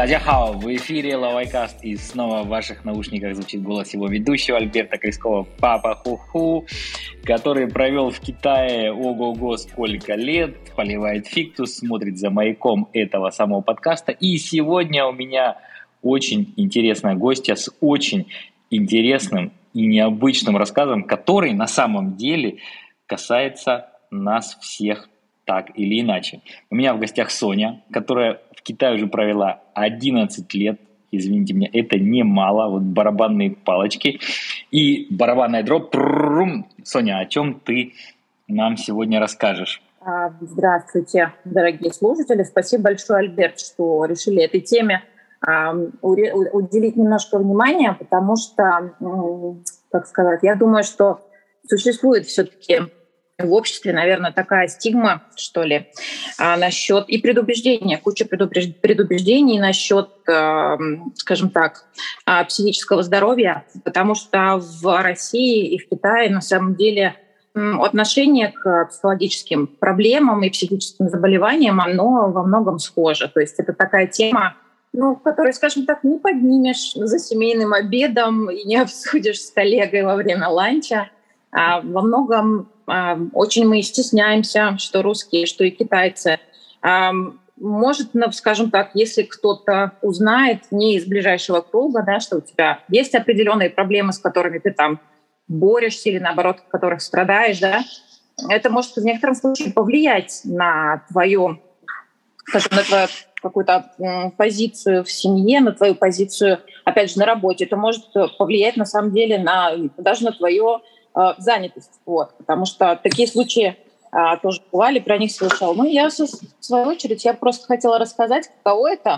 Тадяхао, в эфире Лавайкаст, и снова в ваших наушниках звучит голос его ведущего Альберта Крискова, Папа Хуху, который провел в Китае ого-го сколько лет, поливает фиктус, смотрит за маяком этого самого подкаста. И сегодня у меня очень интересная гостья с очень интересным и необычным рассказом, который на самом деле касается нас всех так или иначе. У меня в гостях Соня, которая в Китае уже провела 11 лет. Извините меня, это немало. Вот барабанные палочки и барабанная дробь. Соня, о чем ты нам сегодня расскажешь? Здравствуйте, дорогие слушатели. Спасибо большое, Альберт, что решили этой теме уделить немножко внимания, потому что, как сказать, я думаю, что существует все-таки в обществе, наверное, такая стигма, что ли, насчет и предубеждения, куча предубеждений насчет, скажем так, психического здоровья, потому что в России и в Китае на самом деле отношение к психологическим проблемам и психическим заболеваниям, оно во многом схоже. То есть это такая тема, которую, скажем так, не поднимешь за семейным обедом и не обсудишь с коллегой во время ланча. Во многом очень мы стесняемся, что русские, что и китайцы. Может, скажем так, если кто-то узнает не из ближайшего круга, да, что у тебя есть определенные проблемы, с которыми ты там борешься или, наоборот, от которых страдаешь, да, это может в некотором случае повлиять на твою, скажем, на твою какую-то позицию в семье, на твою позицию, опять же, на работе. Это может повлиять, на самом деле, даже на твою занятость. Вот. Потому что такие случаи тоже бывали, про них слышала. Я, в свою очередь, я просто хотела рассказать, каково это,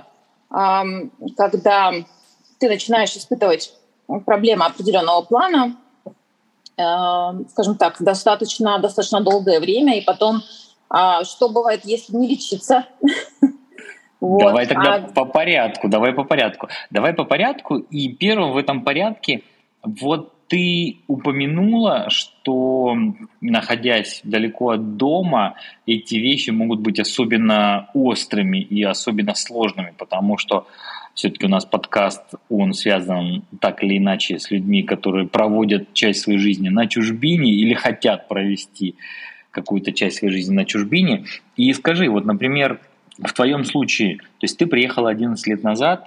когда ты начинаешь испытывать проблемы определенного плана, скажем так, достаточно долгое время, и потом, что бывает, если не лечиться. Давай тогда по порядку. Давай по порядку. И первым в этом порядке, вот ты упомянула, что, находясь далеко от дома, эти вещи могут быть особенно острыми и особенно сложными, потому что все-таки у нас подкаст, он связан так или иначе с людьми, которые проводят часть своей жизни на чужбине или хотят провести какую-то часть своей жизни на чужбине. И скажи, вот, например, в твоем случае, то есть ты приехала 11 лет назад,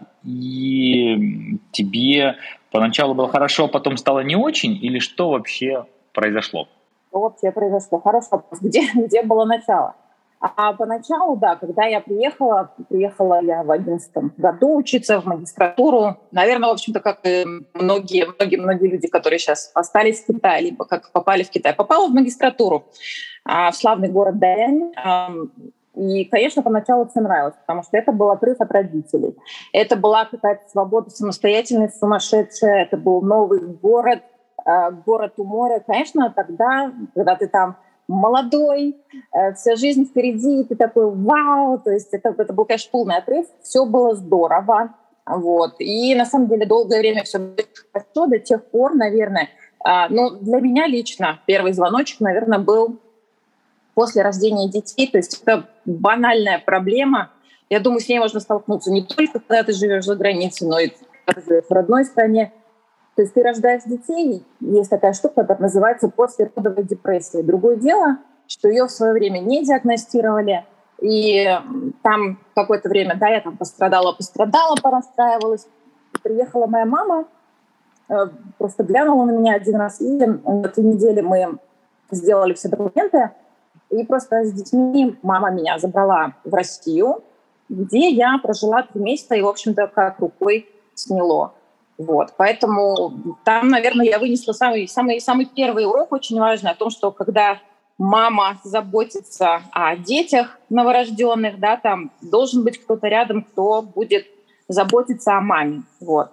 и тебе поначалу было хорошо, а потом стало не очень, или что вообще произошло? Что вообще произошло? Хорошо, где было начало? А поначалу, да, когда я приехала я в 2011 году учиться в магистратуру. Наверное, в общем-то, как и многие люди, которые сейчас остались в Китае, либо как попали в Китай. Попала в магистратуру в славный город Дайань. И, конечно, поначалу все нравилось, потому что это был отрыв от родителей. Это была какая-то свобода, самостоятельность сумасшедшая. Это был новый город, город у моря. Конечно, тогда, когда ты там молодой, вся жизнь впереди, ты такой вау, то есть это был, конечно, полный отрыв, все было здорово. Вот. И на самом деле долгое время все было хорошо, до тех пор, наверное, для меня лично первый звоночек, наверное, был после рождения детей. То есть это банальная проблема. Я думаю, с ней можно столкнуться не только когда ты живешь за границей, но и когда ты живешь в родной стране. То есть ты рождаешь детей, есть такая штука, которая называется послеродовая депрессия. Другое дело, что ее в свое время не диагностировали, и там какое-то время, да, я там пострадала, порастраивалась. Приехала моя мама, просто глянула на меня один раз, и на 3 недели мы сделали все документы, и просто с детьми мама меня забрала в Россию, где я прожила 3 месяца, и, в общем-то, как рукой сняло. Вот, поэтому там, наверное, я вынесла самый первый урок, очень важный, о том, что когда мама заботится о детях новорожденных, да, там должен быть кто-то рядом, кто будет заботиться о маме. Вот.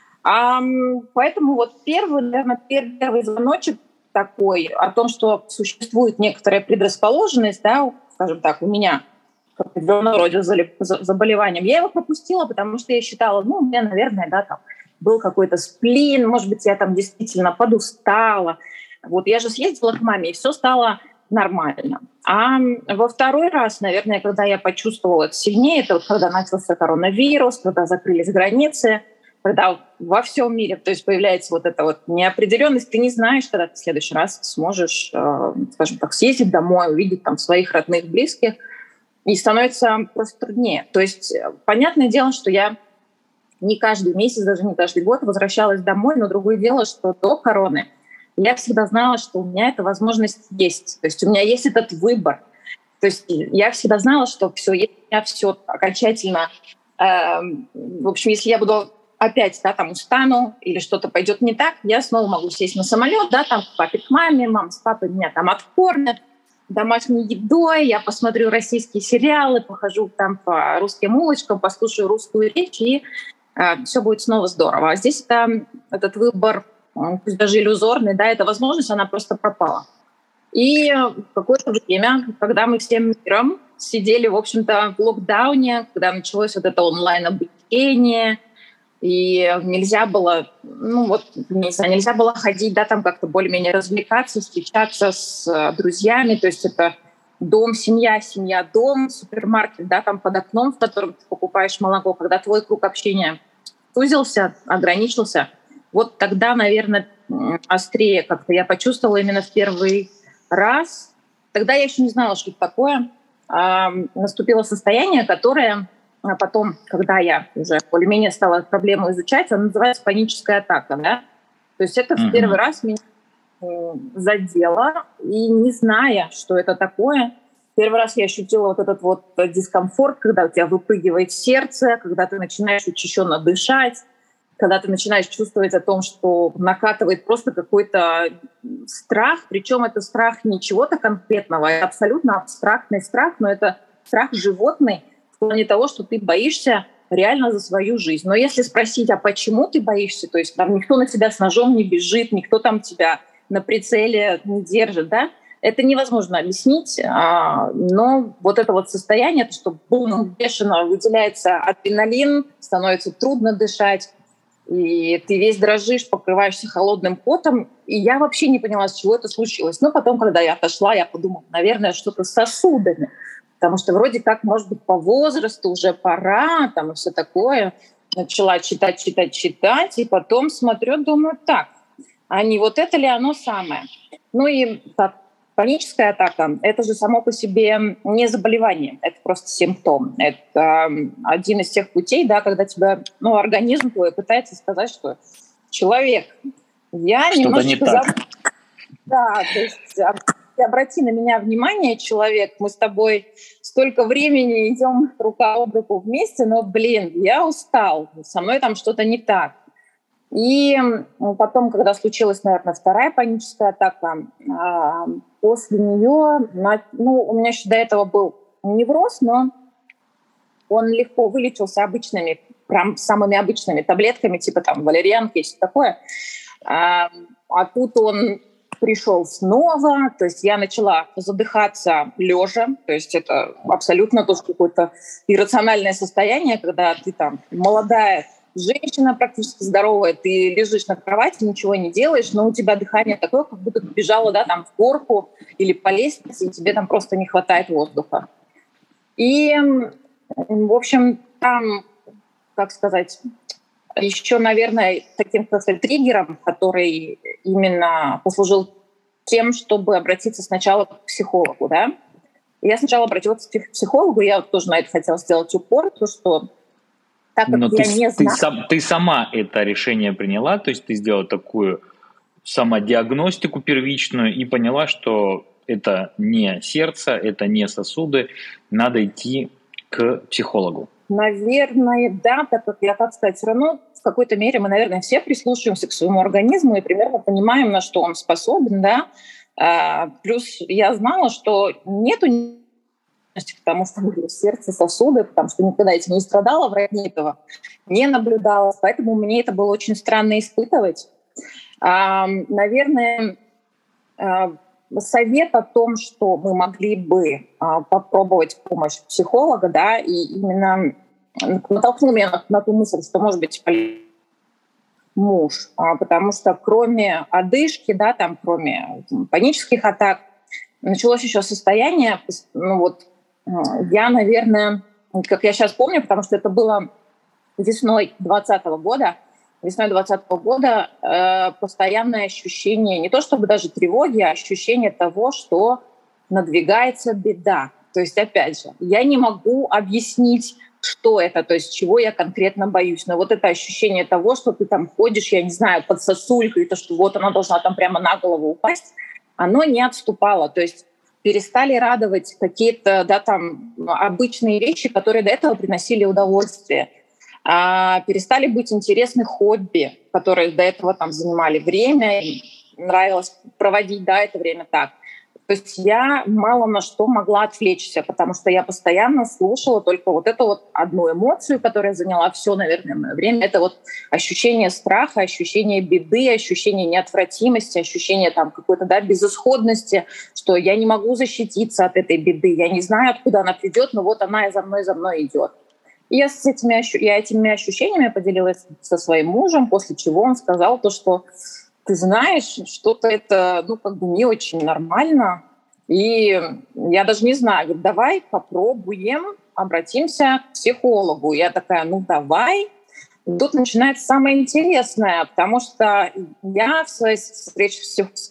Поэтому вот первый звоночек такой о том, что существует некоторая предрасположенность, да, скажем так, у меня к определенного рода заболеваниям. Я его пропустила, потому что я считала, у меня, наверное, да, там был какой-то сплин, может быть, я там действительно подустала. Вот я же съездила к маме, и все стало нормально. А во второй раз, наверное, когда я почувствовала это сильнее, это вот когда начался коронавирус, когда закрылись границы, когда во всем мире, то есть появляется вот эта вот неопределенность, ты не знаешь, когда ты в следующий раз сможешь, скажем так, съездить домой, увидеть там своих родных, близких, и становится просто труднее. То есть понятное дело, что я не каждый месяц, даже не каждый год возвращалась домой, но другое дело, что до короны я всегда знала, что у меня эта возможность есть. То есть у меня есть этот выбор. То есть я всегда знала, что все, если я все окончательно... в общем, если я буду опять там устану или что-то пойдет не так, я снова могу сесть на самолет, там к папе, к маме, мама с папой меня там откормят домашней едой, я посмотрю российские сериалы, похожу там по русским улочкам, послушаю русскую речь, и все будет снова здорово. А здесь этот выбор, пусть даже иллюзорный, эта возможность, она просто пропала. И какое-то время, когда мы всем миром сидели, в общем-то, в локдауне, когда началось вот это онлайн-обучение, и нельзя было, нельзя было ходить, там как-то более-менее развлекаться, встречаться с друзьями, то есть это дом, семья, дом, супермаркет, там под окном, в котором ты покупаешь молоко, когда твой круг общения сузился, ограничился, вот тогда, наверное, острее как-то я почувствовала именно в первый раз. Тогда я еще не знала, что это такое. Наступило состояние, которое потом, когда я уже более-менее стала проблему изучать, она называется паническая атака. Да? То есть это в первый раз меня задело, и не зная, что это такое, первый раз я ощутила вот этот вот дискомфорт, когда у тебя выпрыгивает сердце, когда ты начинаешь учащенно дышать, когда ты начинаешь чувствовать о том, что накатывает просто какой-то страх, причем это страх не чего-то конкретного, это абсолютно абстрактный страх, но это страх животный в плане того, что ты боишься реально за свою жизнь. Но если спросить, а почему ты боишься, то есть там никто на тебя с ножом не бежит, никто там тебя на прицеле не держит, это невозможно объяснить, но вот это вот состояние, это что бум, бешено выделяется адреналин, становится трудно дышать, и ты весь дрожишь, покрываешься холодным потом, и я вообще не поняла, с чего это случилось. Но потом, когда я отошла, я подумала, наверное, что-то с сосудами, потому что вроде как, может быть, по возрасту уже пора, и все такое. Начала читать, и потом смотрю, думаю, так, а не вот это ли оно самое? Ну и так, паническая атака – это же само по себе не заболевание, это просто симптом. Это один из тех путей, когда тебя, организм твой пытается сказать, что человек, я что-то немножечко... не так. Да, то есть обрати на меня внимание, человек, мы с тобой столько времени идем рука об руку вместе, но, я устал, со мной там что-то не так. И потом, когда случилась, наверное, вторая паническая атака, после нее, у меня еще до этого был невроз, но он легко вылечился обычными, прям самыми обычными таблетками, типа валерьянки и все такое. А тут он пришел снова, то есть я начала задыхаться лежа, то есть это абсолютно тоже какое-то иррациональное состояние, когда ты молодая женщина практически здоровая, ты лежишь на кровати, ничего не делаешь, но у тебя дыхание такое, как будто ты бежала в горку или по лестнице, и тебе просто не хватает воздуха. И, в общем, там, как сказать, еще, наверное, таким триггером, который именно послужил тем, чтобы обратиться сначала к психологу. Я сначала обратилась к психологу, я тоже на это хотела сделать упор, то что так как я не знаю... Ты сама это решение приняла, то есть ты сделала такую самодиагностику первичную и поняла, что это не сердце, это не сосуды, надо идти к психологу. Наверное, да, так как я, все равно в какой-то мере мы, наверное, все прислушиваемся к своему организму и примерно понимаем, на что он способен, Плюс я знала, что нету потому что были сердце, сосуды, потому что никогда этим не страдала, в районе этого не наблюдалась, поэтому мне это было очень странно испытывать. Наверное, совет о том, что мы могли бы попробовать помощь психолога, и именно натолкнул меня на ту мысль, что, может быть, муж, потому что кроме одышки, кроме панических атак, началось еще состояние, ну вот, я, наверное, как я сейчас помню, потому что это было весной 2020 года, постоянное ощущение, не то чтобы даже тревоги, а ощущение того, что надвигается беда. То есть, опять же, я не могу объяснить, что это, то есть чего я конкретно боюсь. Но вот это ощущение того, что ты там ходишь, я не знаю, под сосулькой, то, что вот она должна там прямо на голову упасть, оно не отступало. То есть перестали радовать какие-то, да, там, обычные вещи, которые до этого приносили удовольствие. Перестали быть интересны хобби, которые до этого там занимали время, и нравилось проводить, да, это время так. То есть я мало на что могла отвлечься, потому что я постоянно слушала только вот эту вот одну эмоцию, которая заняла все, наверное, мое время. Это вот ощущение страха, ощущение беды, ощущение неотвратимости, ощущение там какой-то, да, безысходности, что я не могу защититься от этой беды, я не знаю, откуда она придет, но вот она и за мной идет. И я этими ощущениями поделилась со своим мужем, после чего он сказал то, что ты знаешь, что-то это, ну, как бы не очень нормально. И я даже не знаю, говорит, давай попробуем, обратимся к психологу. Я такая, ну, давай. И тут начинается самое интересное, потому что я в своей встрече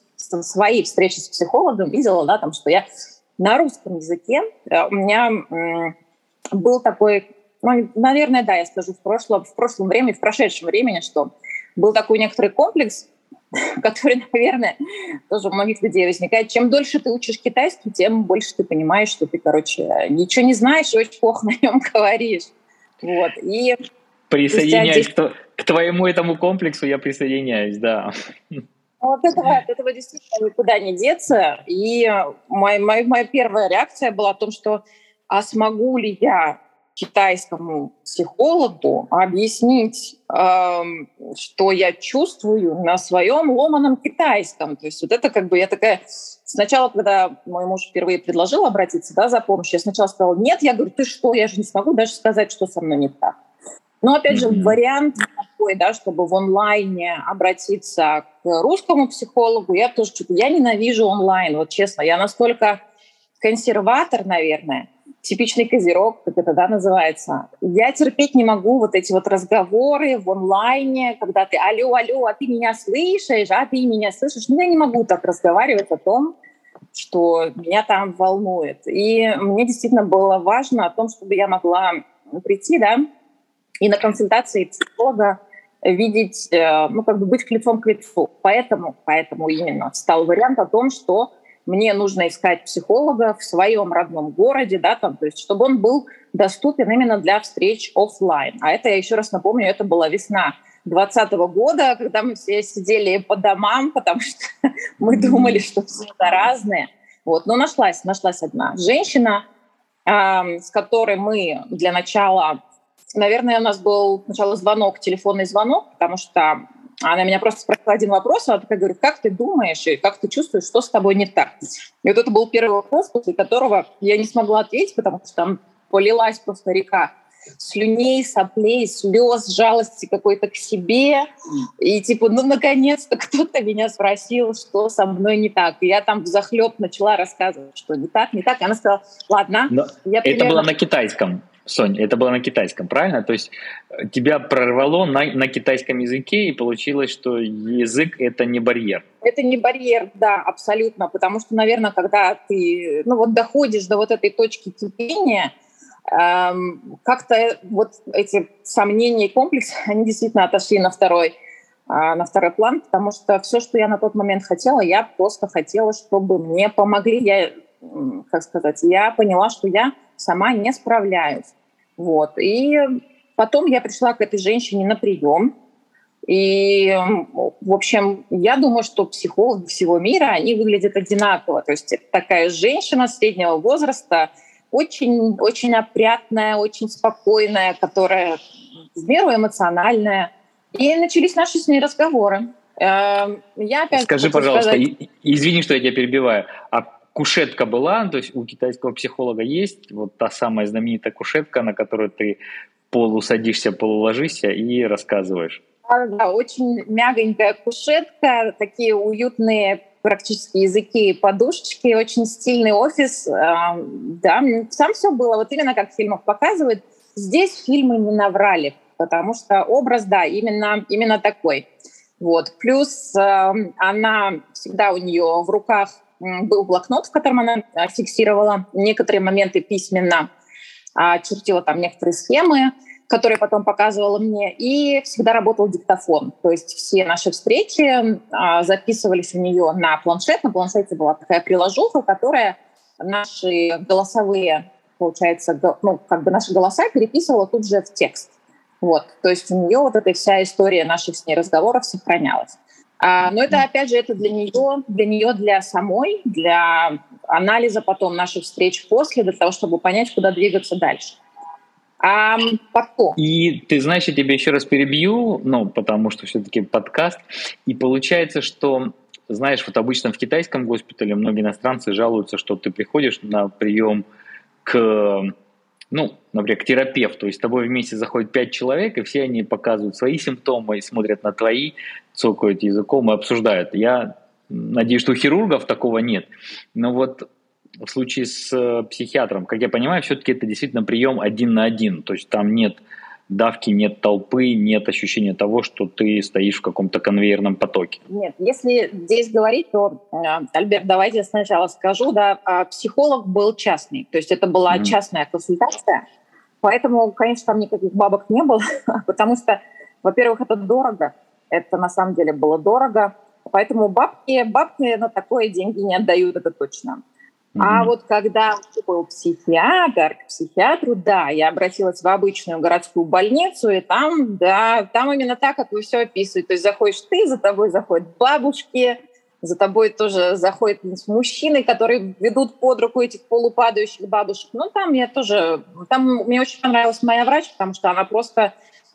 с психологом видела, да, там, что я на русском языке, у меня был такой, ну, наверное, да, я скажу, в прошлом времени, в прошедшем времени, что был такой некоторый комплекс, который, наверное, тоже у многих людей возникает. Чем дольше ты учишь китайский, тем больше ты понимаешь, что ты, короче, ничего не знаешь и очень плохо на нем говоришь. Вот. И присоединяюсь к твоему этому комплексу, я присоединяюсь, да. от этого действительно никуда не деться. И моя первая реакция была о том, что смогу ли я китайскому психологу объяснить, что я чувствую на своем ломаном китайском. То есть вот это как бы я такая... Сначала, когда мой муж впервые предложил обратиться, да, за помощью, я сначала сказала, нет, я говорю, ты что, я же не смогу даже сказать, что со мной не так. Но, опять же, вариант такой, да, чтобы в онлайне обратиться к русскому психологу, я тоже что-то... Я ненавижу онлайн, вот честно. Я настолько консерватор, наверное, типичный козерог, как это, да, называется. Я терпеть не могу вот эти вот разговоры в онлайне, когда ты алло, а ты меня слышишь, Ну, я не могу так разговаривать о том, что меня там волнует. И мне действительно было важно о том, чтобы я могла прийти, да, и на консультации психолога видеть, ну, как бы быть лицом к лицу. Поэтому именно встал вариант о том, что мне нужно искать психолога в своем родном городе, да, там, то есть чтобы он был доступен именно для встреч офлайн. А это, я еще раз напомню, это была весна 2020 года, когда мы все сидели по домам, потому что мы думали, что все это разные. Вот. Но нашлась одна женщина, с которой мы для начала... Наверное, у нас был сначала телефонный звонок, потому что она меня просто спросила один вопрос, она такая говорит, как ты думаешь и как ты чувствуешь, что с тобой не так? И вот это был первый вопрос, после которого я не смогла ответить, потому что там полилась просто река слюней, соплей, слез, жалости какой-то к себе. И типа, ну, наконец-то кто-то меня спросил, что со мной не так. И я там взахлеб начала рассказывать, что не так. И она сказала, ладно. Это было на китайском. Сонь, это было на китайском, правильно? То есть тебя прорвало на китайском языке, и получилось, что язык — это не барьер. Это не барьер, да, абсолютно. Потому что, наверное, когда ты доходишь до вот этой точки кипения, как-то вот эти сомнения и комплексы, они действительно отошли на второй план, потому что все, что я на тот момент хотела, я просто хотела, чтобы мне помогли. Я поняла, что я сама не справляюсь. Вот. И потом я пришла к этой женщине на прием. И, в общем, я думаю, что психологи всего мира, они выглядят одинаково. То есть это такая женщина среднего возраста, очень, очень опрятная, очень спокойная, которая в меру эмоциональная. И начались наши с ней разговоры. Скажи, пожалуйста, извини, что я тебя перебиваю, кушетка была, то есть у китайского психолога есть вот та самая знаменитая кушетка, на которую ты полусадишься, полуложишься и рассказываешь? Да, очень мягонькая кушетка, такие уютные практически языки и подушечки, очень стильный офис. Да, там все было вот именно как в фильмах показывают. Здесь фильмы не наврали, потому что образ, да, именно такой. Вот. Плюс она всегда у нее в руках был блокнот, в котором она фиксировала некоторые моменты письменно, чертила там некоторые схемы, которые потом показывала мне, и всегда работал диктофон. То есть все наши встречи записывались у нее на планшет. На планшете была такая приложуха, которая наши голосовые, получается, наши голоса переписывала тут же в текст. Вот. То есть у нее вот эта вся история наших с ней разговоров сохранялась. Но это, опять же, это для нее, для самой, для анализа потом наших встреч после, для того, чтобы понять, куда двигаться дальше. Потом. И ты знаешь, я тебя еще раз перебью, потому что все-таки подкаст. И получается, что, знаешь, вот обычно в китайском госпитале многие иностранцы жалуются, что ты приходишь на прием например, к терапевту, то есть с тобой вместе заходит 5 человек, и все они показывают свои симптомы, и смотрят на твои, цокают языком и обсуждают. Я надеюсь, что у хирургов такого нет. Но вот в случае с психиатром, как я понимаю, все-таки это действительно прием 1 на 1, то есть там нет давки, нет толпы, нет ощущения того, что ты стоишь в каком-то конвейерном потоке. Нет, если здесь говорить, то, Альберт, давайте я сначала скажу, психолог был частный, то есть это была частная консультация, поэтому, конечно, там никаких бабок не было, потому что, во-первых, это дорого, это на самом деле было дорого, поэтому бабки на такое деньги не отдают, это точно. А вот когда был психиатр, к психиатру, да, я обратилась в обычную городскую больницу, и там именно так, как вы все описываете. То есть заходишь ты, за тобой заходят бабушки, за тобой тоже заходят мужчины, которые ведут под руку этих полупадающих бабушек. Там мне очень понравилась моя врач, потому что она просто...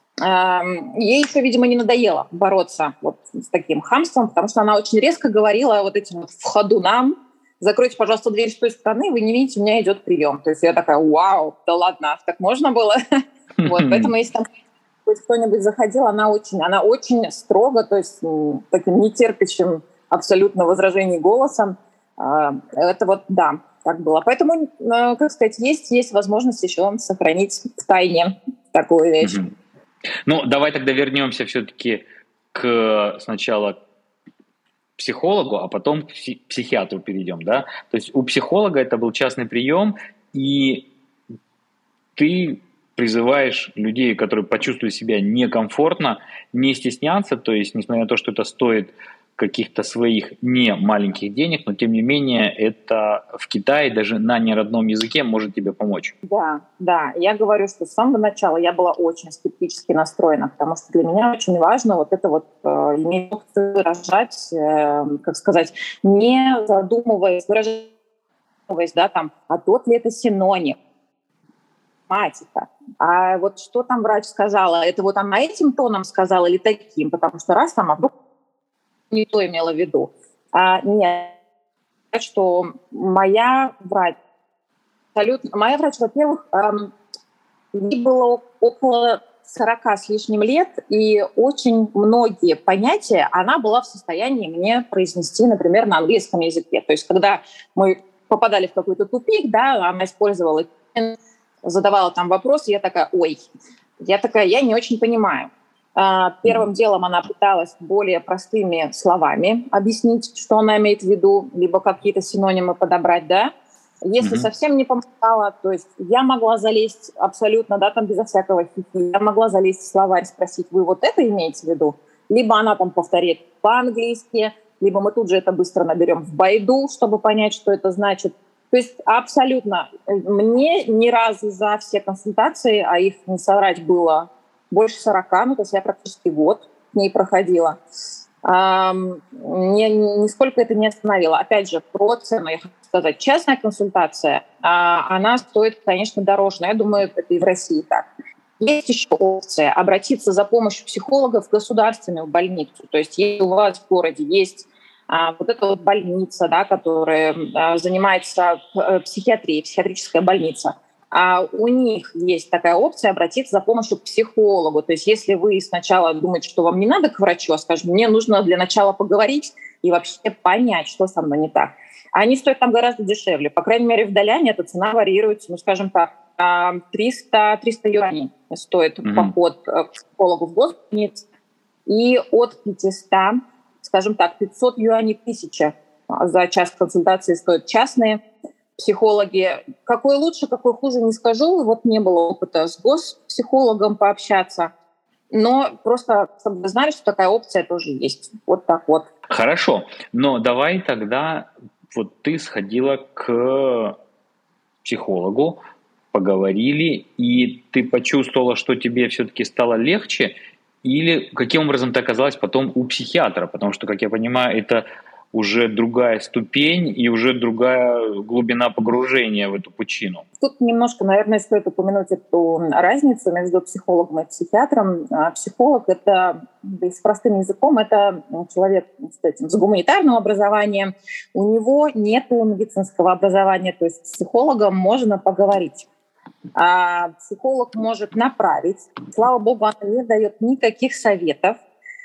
ей еще, видимо, не надоело бороться вот с таким хамством, потому что она очень резко говорила вот этим вот входунам: закройте, пожалуйста, дверь с той стороны, вы не видите, у меня идет прием. То есть я такая: вау, да ладно, так можно было? Вот, поэтому если там кто-нибудь заходил, она очень строго, то есть таким нетерпящим абсолютно возражений голосом. Это вот, да, так было. Поэтому, как сказать, есть возможность еще сохранить в тайне такую вещь. Давай тогда вернемся все-таки сначала к психологу, а потом к психиатру перейдем, да? То есть у психолога это был частный прием, и ты призываешь людей, которые почувствуют себя некомфортно, не стесняться, то есть несмотря на то, что это стоит каких-то своих не маленьких денег, но тем не менее это в Китае даже на неродном языке может тебе помочь. Да, я говорю, что с самого начала я была очень скептически настроена, потому что для меня очень важно вот это вот иметь опцию выражать, не задумываясь, а тот ли это синоним, математика. А вот что там врач сказала, это вот она этим тоном сказала или таким, потому что вдруг не то имела в виду. Нет, что моя врач, во-первых, ей было около 40 с лишним лет, и очень многие понятия она была в состоянии мне произнести, например, на английском языке. То есть когда мы попадали в какой-то тупик, она использовала, задавала там вопросы, я такая: я не очень понимаю. Первым делом она пыталась более простыми словами объяснить, что она имеет в виду, либо какие-то синонимы подобрать, да. Если совсем не помогала, то есть я могла залезть абсолютно, безо всякого хихи, я могла залезть в словарь, спросить: вы вот это имеете в виду? Либо она там повторит по-английски, либо мы тут же это быстро наберем в Байду, чтобы понять, что это значит. То есть абсолютно мне ни разу за все консультации, а их, не соврать, было больше 40, то есть я практически год к ней проходила, нисколько это не остановило. Опять же, про цену я хочу сказать. Частная консультация, она стоит, конечно, дороже, но я думаю, это и в России так. Есть еще опция обратиться за помощью психолога в государственную больницу. То есть если у вас в городе есть вот эта вот больница, которая занимается психиатрией, психиатрическая больница, у них есть такая опция обратиться за помощью к психологу. То есть если вы сначала думаете, что вам не надо к врачу, а скажем, мне нужно для начала поговорить и вообще понять, что со мной не так. Они стоят там гораздо дешевле. По крайней мере, в Даляне эта цена варьируется, ну, скажем так, 300 юаней стоит поход к психологу в госбольнице. И от 500, скажем так, 500 юаней, 1000 за час консультации стоят частные психологи. Какой лучше, какой хуже, не скажу. Вот не было опыта с госпсихологом пообщаться. Но просто, чтобы вы знали, что такая опция тоже есть. Вот так вот. Хорошо. Но давай тогда вот ты сходила к психологу, поговорили, и ты почувствовала, что тебе все-таки стало легче, или каким образом ты оказалась потом у психиатра? Потому что, как я понимаю, это уже другая ступень и уже другая глубина погружения в эту пучину. Тут немножко, наверное, стоит упомянуть эту разницу между психологом и психиатром. Психолог — это, с простым языком, это человек с гуманитарным образованием. У него нет медицинского образования, то есть с психологом можно поговорить. А психолог может направить. Слава богу, она не дает никаких советов.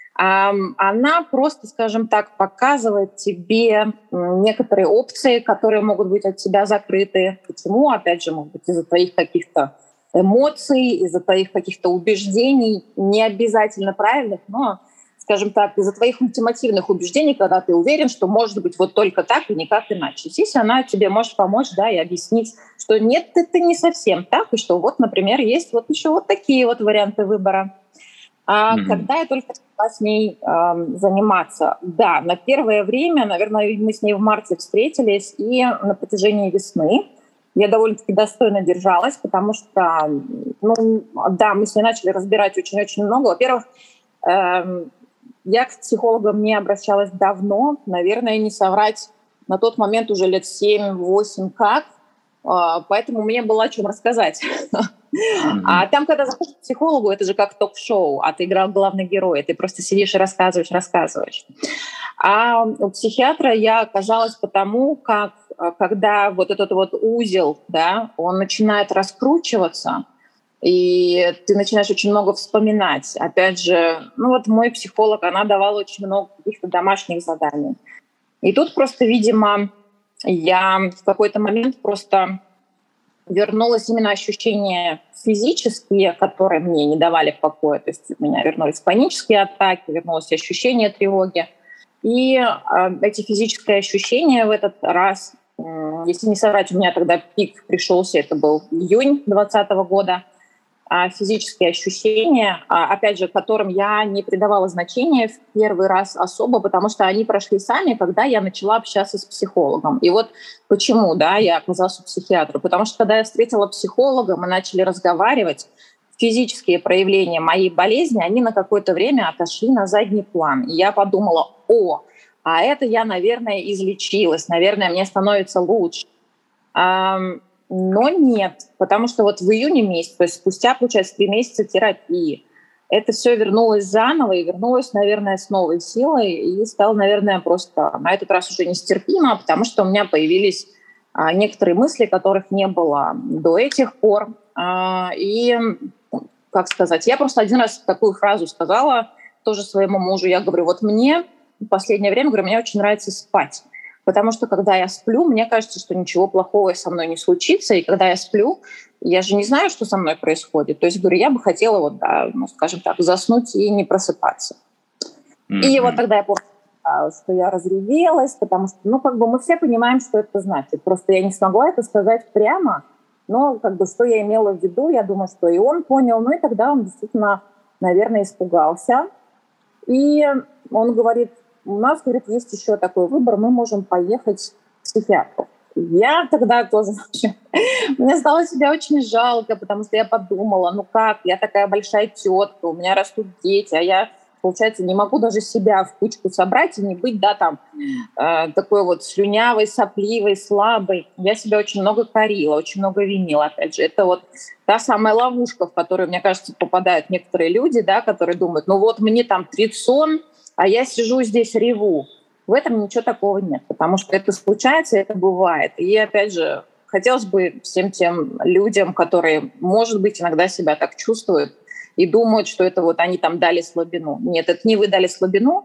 Она просто, скажем так, показывает тебе некоторые опции, которые могут быть от тебя закрыты. Почему? Опять же, может быть, из-за твоих каких-то эмоций, из-за твоих каких-то убеждений, не обязательно правильных, но, скажем так, из-за твоих ультимативных убеждений, когда ты уверен, что может быть вот только так и никак иначе. Здесь она тебе может помочь, да, и объяснить, что нет, это не совсем так, и что вот, например, есть вот еще вот такие вот варианты выбора. Когда я только начала с ней заниматься, да, на первое время, наверное, мы с ней в марте встретились, и на протяжении весны я довольно-таки достойно держалась, потому что, ну, да, мы с ней начали разбирать очень-очень много. Во-первых, я к психологам не обращалась давно, наверное, не соврать, на тот момент уже лет 7-8 как, поэтому мне было о чем рассказать. А там, когда заходишь к психологу, это же как ток-шоу, а ты играл главный герой, ты просто сидишь и рассказываешь. А у психиатра я оказалась потому, как когда вот этот вот узел, да, он начинает раскручиваться, и ты начинаешь очень много вспоминать. Опять же, ну вот мой психолог, она давала очень много каких-то домашних заданий. И тут просто, видимо, я в какой-то момент просто вернулось именно ощущения физические, которые мне не давали покоя. То есть у меня вернулись панические атаки, вернулось ощущение тревоги. И эти физические ощущения в этот раз, если не соврать, у меня тогда пик пришелся, это был июнь 2020 года, физические ощущения, опять же, которым я не придавала значения в первый раз особо, потому что они прошли сами, когда я начала общаться с психологом. И вот почему, да, я оказалась у психиатра. Потому что когда я встретила психолога, мы начали разговаривать, физические проявления моей болезни, они на какое-то время отошли на задний план. И я подумала, а это я, наверное, излечилась, наверное, мне становится лучше. Но нет, потому что вот в июне месяце, то есть спустя, получается, 3 месяца терапии, это все вернулось заново и вернулось, наверное, с новой силой и стало, наверное, просто на этот раз уже нестерпимо, потому что у меня появились некоторые мысли, которых не было до этих пор. И, как сказать, я просто один раз такую фразу сказала тоже своему мужу. Я говорю, вот мне в последнее время, говорю, мне очень нравится спать. Потому что, когда я сплю, мне кажется, что ничего плохого со мной не случится. И когда я сплю, я же не знаю, что со мной происходит. То есть, говорю, я бы хотела, вот, да, ну, скажем так, заснуть и не просыпаться. И вот тогда я помню, что я разревелась, потому что, ну, как бы мы все понимаем, что это значит. Просто я не смогла это сказать прямо, но, как бы, что я имела в виду, я думаю, что и он понял. Ну, и тогда он действительно, наверное, испугался. И он говорит, у нас, говорит, есть еще такой выбор, мы можем поехать к психиатру. Я тогда тоже... Мне стало себя очень жалко, потому что я подумала, ну как, я такая большая тетка, у меня растут дети, а я, получается, не могу даже себя в кучку собрать и не быть, да, там, такой вот слюнявой, сопливой, слабой. Я себя очень много корила, очень много винила, опять же. Это вот та самая ловушка, в которую, мне кажется, попадают некоторые люди, да, которые думают, ну вот мне там 30, а я сижу здесь реву. В этом ничего такого нет, потому что это случается, это бывает. И опять же, хотелось бы всем тем людям, которые, может быть, иногда себя так чувствуют и думают, что это вот они там дали слабину. Нет, это не вы дали слабину,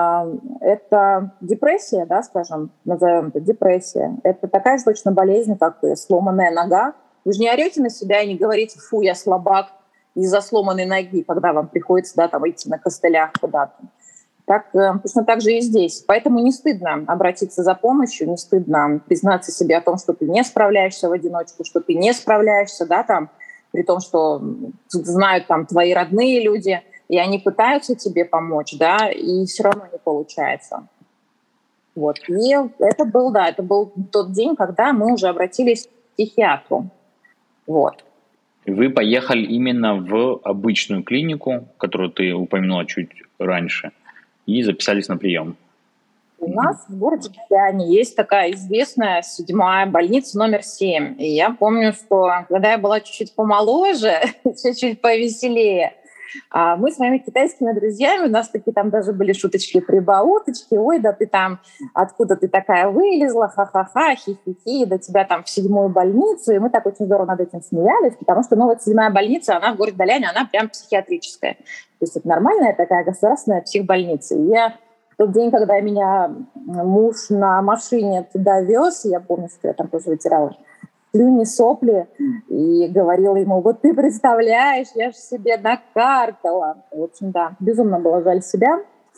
это депрессия, да, скажем, назовем это депрессия. Это такая же точно болезнь, как и сломанная нога. Вы же не орете на себя и не говорите: фу, я слабак из-за сломанной ноги, когда вам приходится, да, там, идти на костылях куда-то. Так, точно так же и здесь. Поэтому не стыдно обратиться за помощью, не стыдно признаться себе о том, что ты не справляешься в одиночку, что ты не справляешься, да, там, при том, что знают там твои родные люди, и они пытаются тебе помочь, да, и все равно не получается. Вот. И это был тот день, когда мы уже обратились к психиатру. Вот. Вы поехали именно в обычную клинику, которую ты упомянула чуть раньше, и записались на прием. У нас в городе Казани есть такая известная 7-я больница номер 7. И я помню, что когда я была чуть-чуть помоложе, чуть-чуть повеселее, мы с моими китайскими друзьями, у нас такие там даже были шуточки-прибауточки: ой, да ты там, откуда ты такая вылезла, ха-ха-ха, хи-хи-хи, да тебя там в 7-ю больницу. И мы так очень здорово над этим смеялись, потому что, ну, вот 7-я больница, она в городе Даляне, она прям психиатрическая. То есть это нормальная такая государственная психбольница. И я в тот день, когда меня муж на машине туда вез, я помню, что я там тоже вытирала слюни, сопли, и говорила ему: вот ты представляешь, я же себе накаркала. В общем, да, безумно было жаль себя.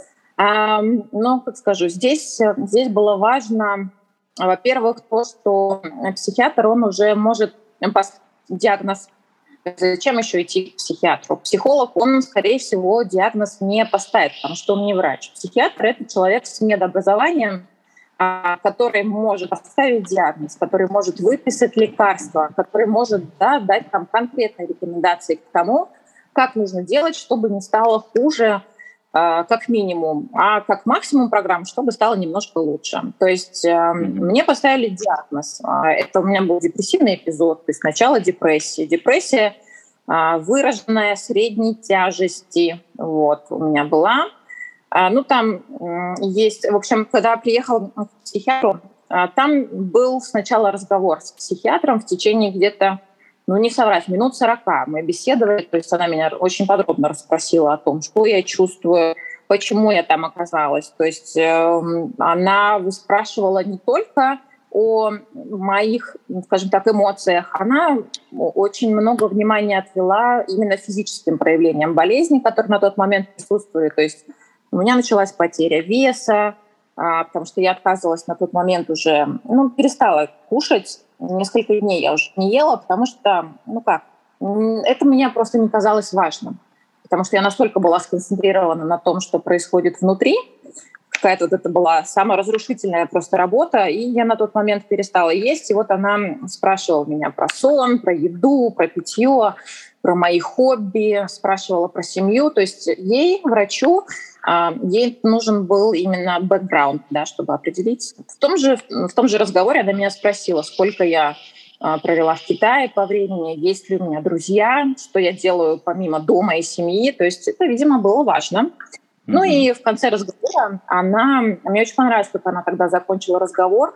Но, как скажу, здесь было важно, во-первых, то, что психиатр, он уже может поставить диагноз. Зачем еще идти к психиатру? Психолог, он, скорее всего, диагноз не поставит, потому что он не врач. Психиатр — это человек с медобразованием, который может поставить диагноз, который может выписать лекарства, который может, да, дать там конкретные рекомендации к тому, как нужно делать, чтобы не стало хуже, как минимум, а как максимум программ, чтобы стало немножко лучше. То есть мне поставили диагноз. Это у меня был депрессивный эпизод, то есть начало депрессии. Депрессия выраженная средней тяжести, вот, у меня была. Ну, там есть, в общем, когда я приехала к психиатру, там был сначала разговор с психиатром в течение где-то, ну, не соврать, минут 40 мы беседовали, то есть она меня очень подробно расспросила о том, что я чувствую, почему я там оказалась. То есть она спрашивала не только о моих, скажем так, эмоциях, она очень много внимания отвела именно физическим проявлениям болезни, которые на тот момент присутствовали. То есть у меня началась потеря веса, потому что я отказывалась на тот момент уже, ну, перестала кушать. Несколько дней я уже не ела, потому что, ну как, это мне просто не казалось важным. Потому что я настолько была сконцентрирована на том, что происходит внутри, какая-то вот это была саморазрушительная просто работа, и я на тот момент перестала есть. И вот она спрашивала меня про сон, про еду, про питье, про мои хобби, спрашивала про семью. То есть ей, врачу, ей нужен был именно бэкграунд, да, чтобы определить. В том же разговоре она меня спросила, сколько я провела в Китае по времени, есть ли у меня друзья, что я делаю помимо дома и семьи. То есть это, видимо, было важно. Ну и в конце разговора мне очень понравилось, как она тогда закончила разговор.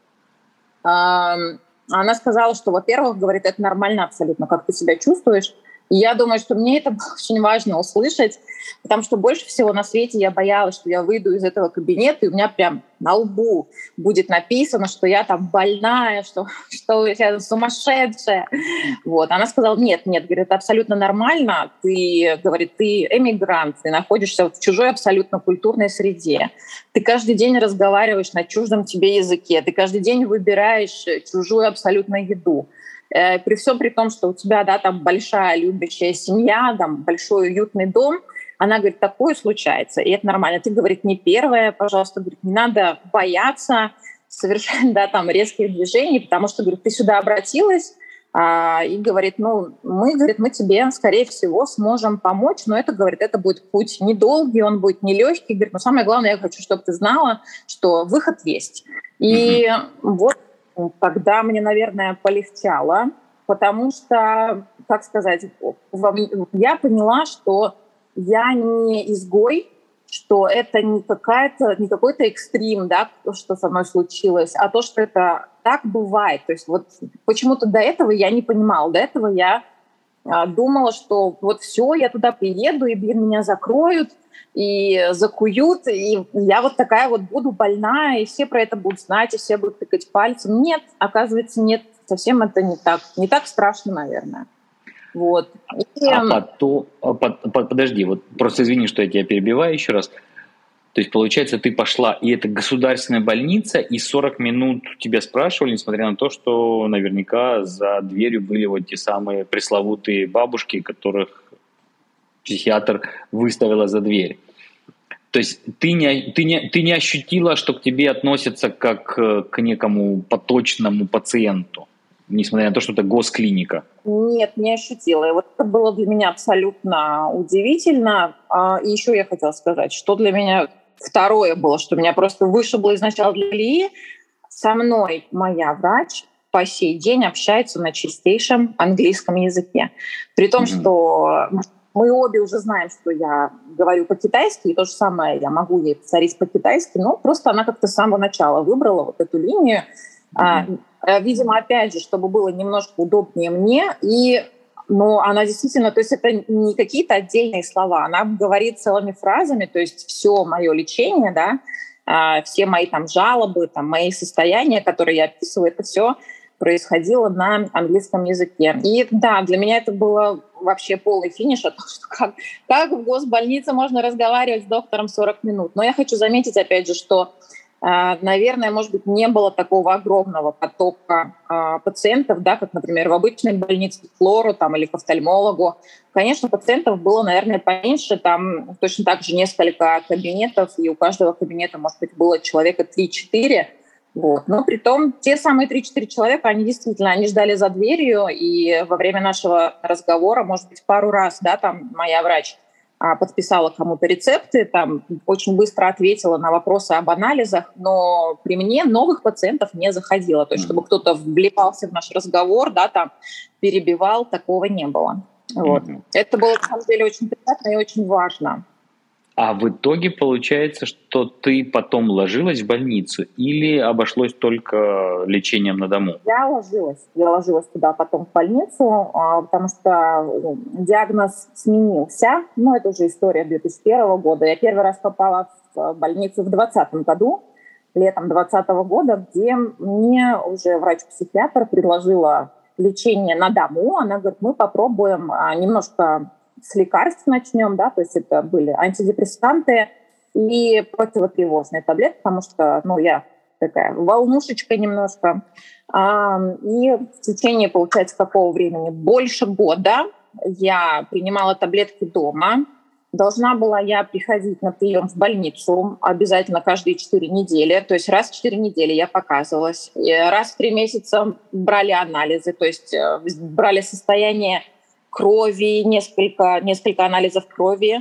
Она сказала, что, во-первых, говорит, это нормально абсолютно, как ты себя чувствуешь. И я думаю, что мне это очень важно услышать, потому что больше всего на свете я боялась, что я выйду из этого кабинета, и у меня прям на лбу будет написано, что я там больная, что я сумасшедшая. Вот. Она сказала: нет, говорит, это абсолютно нормально. Ты, говорит, ты эмигрант, ты находишься в чужой абсолютно культурной среде. Ты каждый день разговариваешь на чуждом тебе языке, ты каждый день выбираешь чужую абсолютно еду. При всем при том, что у тебя, да, там большая любящая семья, там большой уютный дом, она говорит, такое случается, и это нормально. Ты, говорит, не первая, пожалуйста, говорит, не надо бояться совершенно, да, там резких движений, потому что, говорит, ты сюда обратилась, и говорит, ну, мы тебе, скорее всего, сможем помочь, но это, говорит, это будет путь недолгий, он будет нелегкий, говорит, но самое главное, я хочу, чтобы ты знала, что выход есть. И вот тогда мне, наверное, полегчало, потому что, как сказать, я поняла, что я не изгой, что это не какой-то экстрим, да, что со мной случилось, а то, что это так бывает. То есть вот почему-то до этого я не понимала, до этого я думала, что вот все, я туда приеду, и, меня закроют, и закуют, и я вот такая вот буду больная, и все про это будут знать, и все будут тыкать пальцем. Нет, оказывается, нет, совсем это не так страшно, наверное. Вот. Подожди, вот просто извини, что я тебя перебиваю еще раз. То есть, получается, ты пошла, и это государственная больница, и 40 минут тебя спрашивали, несмотря на то, что наверняка за дверью были вот те самые пресловутые бабушки, которых психиатр выставила за дверь. То есть ты не ощутила, что к тебе относятся как к некому поточному пациенту, несмотря на то, что это госклиника? Нет, не ощутила. И вот это было для меня абсолютно удивительно. И еще я хотела сказать, что для меня второе было, что меня просто вышибло из начала для колеи. Со мной моя врач по сей день общается на чистейшем английском языке. При том, что мы обе уже знаем, что я говорю по-китайски, и то же самое я могу ей повторить по-китайски, но просто она как-то с самого начала выбрала вот эту линию. Видимо, опять же, чтобы было немножко удобнее мне, но она действительно, то есть это не какие-то отдельные слова, она говорит целыми фразами, то есть все мое лечение, да, все мои там жалобы, там мои состояния, которые я описываю, это все происходило на английском языке. И да, для меня это было вообще полный финиш, о том, что как в госбольнице можно разговаривать с доктором 40 минут. Но я хочу заметить, опять же, что наверное, может быть, не было такого огромного потока пациентов, да, как, например, в обычной больнице к флору там, или к офтальмологу. Конечно, пациентов было, наверное, поменьше. Там точно так же несколько кабинетов, и у каждого кабинета, может быть, было человека 3-4. Вот. Но при том те самые 3-4 человека, они действительно, они ждали за дверью, и во время нашего разговора, может быть, пару раз, да, там моя врач подписала кому-то рецепты, там очень быстро ответила на вопросы об анализах, но при мне новых пациентов не заходило. То есть, чтобы кто-то вливался в наш разговор, да, там перебивал, такого не было. Вот. Это было, на самом деле, очень приятно и очень важно. А в итоге получается, что ты потом ложилась в больницу или обошлось только лечением на дому? Я ложилась туда потом в больницу, потому что диагноз сменился. Ну, это уже история 2001 года. Я первый раз попала в больницу в 2020 году, летом 2020 года, где мне уже врач-психиатр предложила лечение на дому. Она говорит, мы попробуем немножко с лекарств начнем, да, то есть это были антидепрессанты и противотревожные таблетки, потому что, я такая волнушечка немножко. И в течение, получается, какого времени? Больше года я принимала таблетки дома. Должна была я приходить на прием в больницу обязательно каждые 4 недели. То есть раз в 4 недели я показывалась. И раз в 3 месяца брали анализы, то есть брали состояние крови, несколько анализов крови,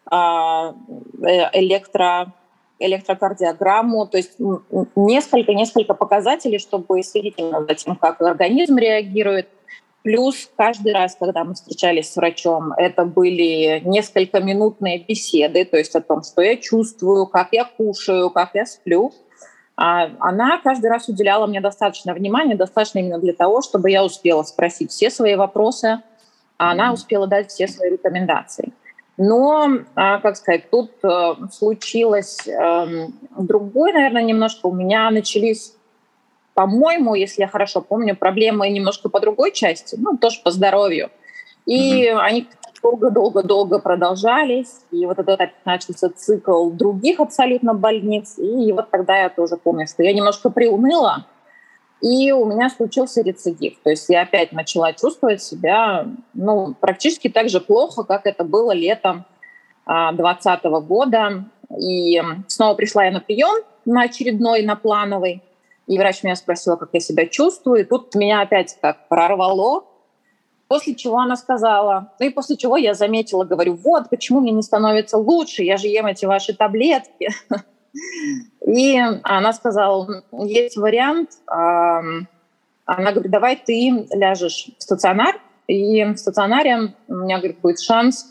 электрокардиограмму, то есть несколько показателей, чтобы следить за тем, как организм реагирует. Плюс каждый раз, когда мы встречались с врачом, это были несколькоминутные беседы, то есть о том, что я чувствую, как я кушаю, как я сплю. Она каждый раз уделяла мне достаточно внимания, достаточно именно для того, чтобы я успела спросить все свои вопросы, а она успела дать все свои рекомендации. Но, как сказать, тут случилось другое, наверное, немножко. У меня начались, по-моему, если я хорошо помню, проблемы немножко по другой части, тоже по здоровью. И они долго-долго продолжались. И вот этот начался цикл других абсолютно больниц. И вот тогда я тоже помню, что я немножко приуныла, и у меня случился рецидив. То есть я опять начала чувствовать себя практически так же плохо, как это было летом 2020 года. И снова пришла я на прием, на очередной, на плановый. И врач меня спросила, как я себя чувствую. И тут меня опять как прорвало. После чего она сказала, и после чего я заметила, говорю, вот, почему мне не становится лучше, я же ем эти ваши таблетки. И она сказала, есть вариант. Она говорит, давай ты ляжешь в стационар, и в стационаре у меня, говорит, будет шанс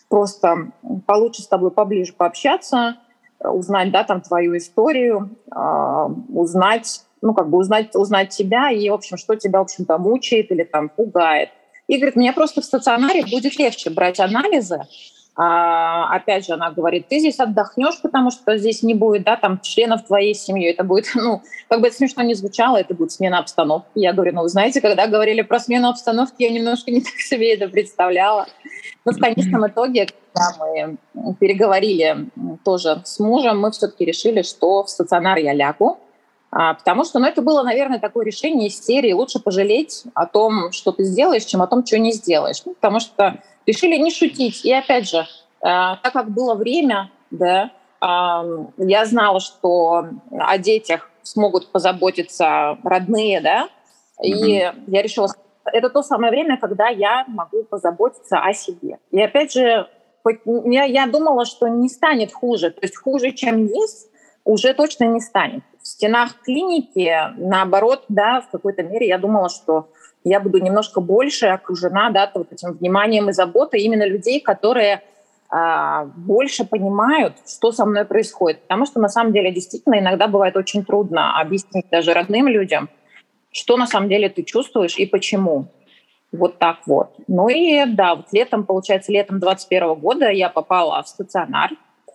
просто получше с тобой поближе пообщаться, узнать, да, там твою историю, узнать, узнать тебя и, в общем, что тебя, в общем-то, мучает или там пугает. И говорит, мне просто в стационаре будет легче брать анализы. Опять же, она говорит, ты здесь отдохнешь, потому что здесь не будет, да, там, членов твоей семьи. Это будет, как бы это смешно не звучало, это будет смена обстановки. Я говорю, вы знаете, когда говорили про смену обстановки, я немножко не так себе это представляла. Но в конечном итоге, когда мы переговорили тоже с мужем, мы все-таки решили, что в стационар я лягу. Потому что, это было, наверное, такое решение из серии «Лучше пожалеть о том, что ты сделаешь, чем о том, что не сделаешь». Потому что решили не шутить. И опять же, так как было время, да, я знала, что о детях смогут позаботиться родные, да, и я решила, это то самое время, когда я могу позаботиться о себе. И опять же, я думала, что не станет хуже. То есть хуже, чем есть, уже точно не станет. В стенах клиники, наоборот, да, в какой-то мере я думала, что я буду немножко больше окружена, да, вот этим вниманием и заботой именно людей, которые больше понимают, что со мной происходит. Потому что на самом деле действительно иногда бывает очень трудно объяснить даже родным людям, что на самом деле ты чувствуешь и почему. Вот так вот. И да, вот летом 2021 года я попала в стационар.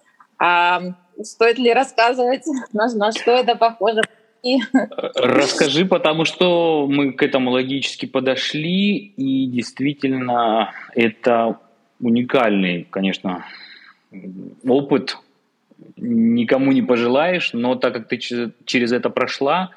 Стоит ли рассказывать, на что это похоже? Расскажи, потому что мы к этому логически подошли, и действительно это уникальный, конечно, опыт. Никому не пожелаешь, но так как ты через это прошла,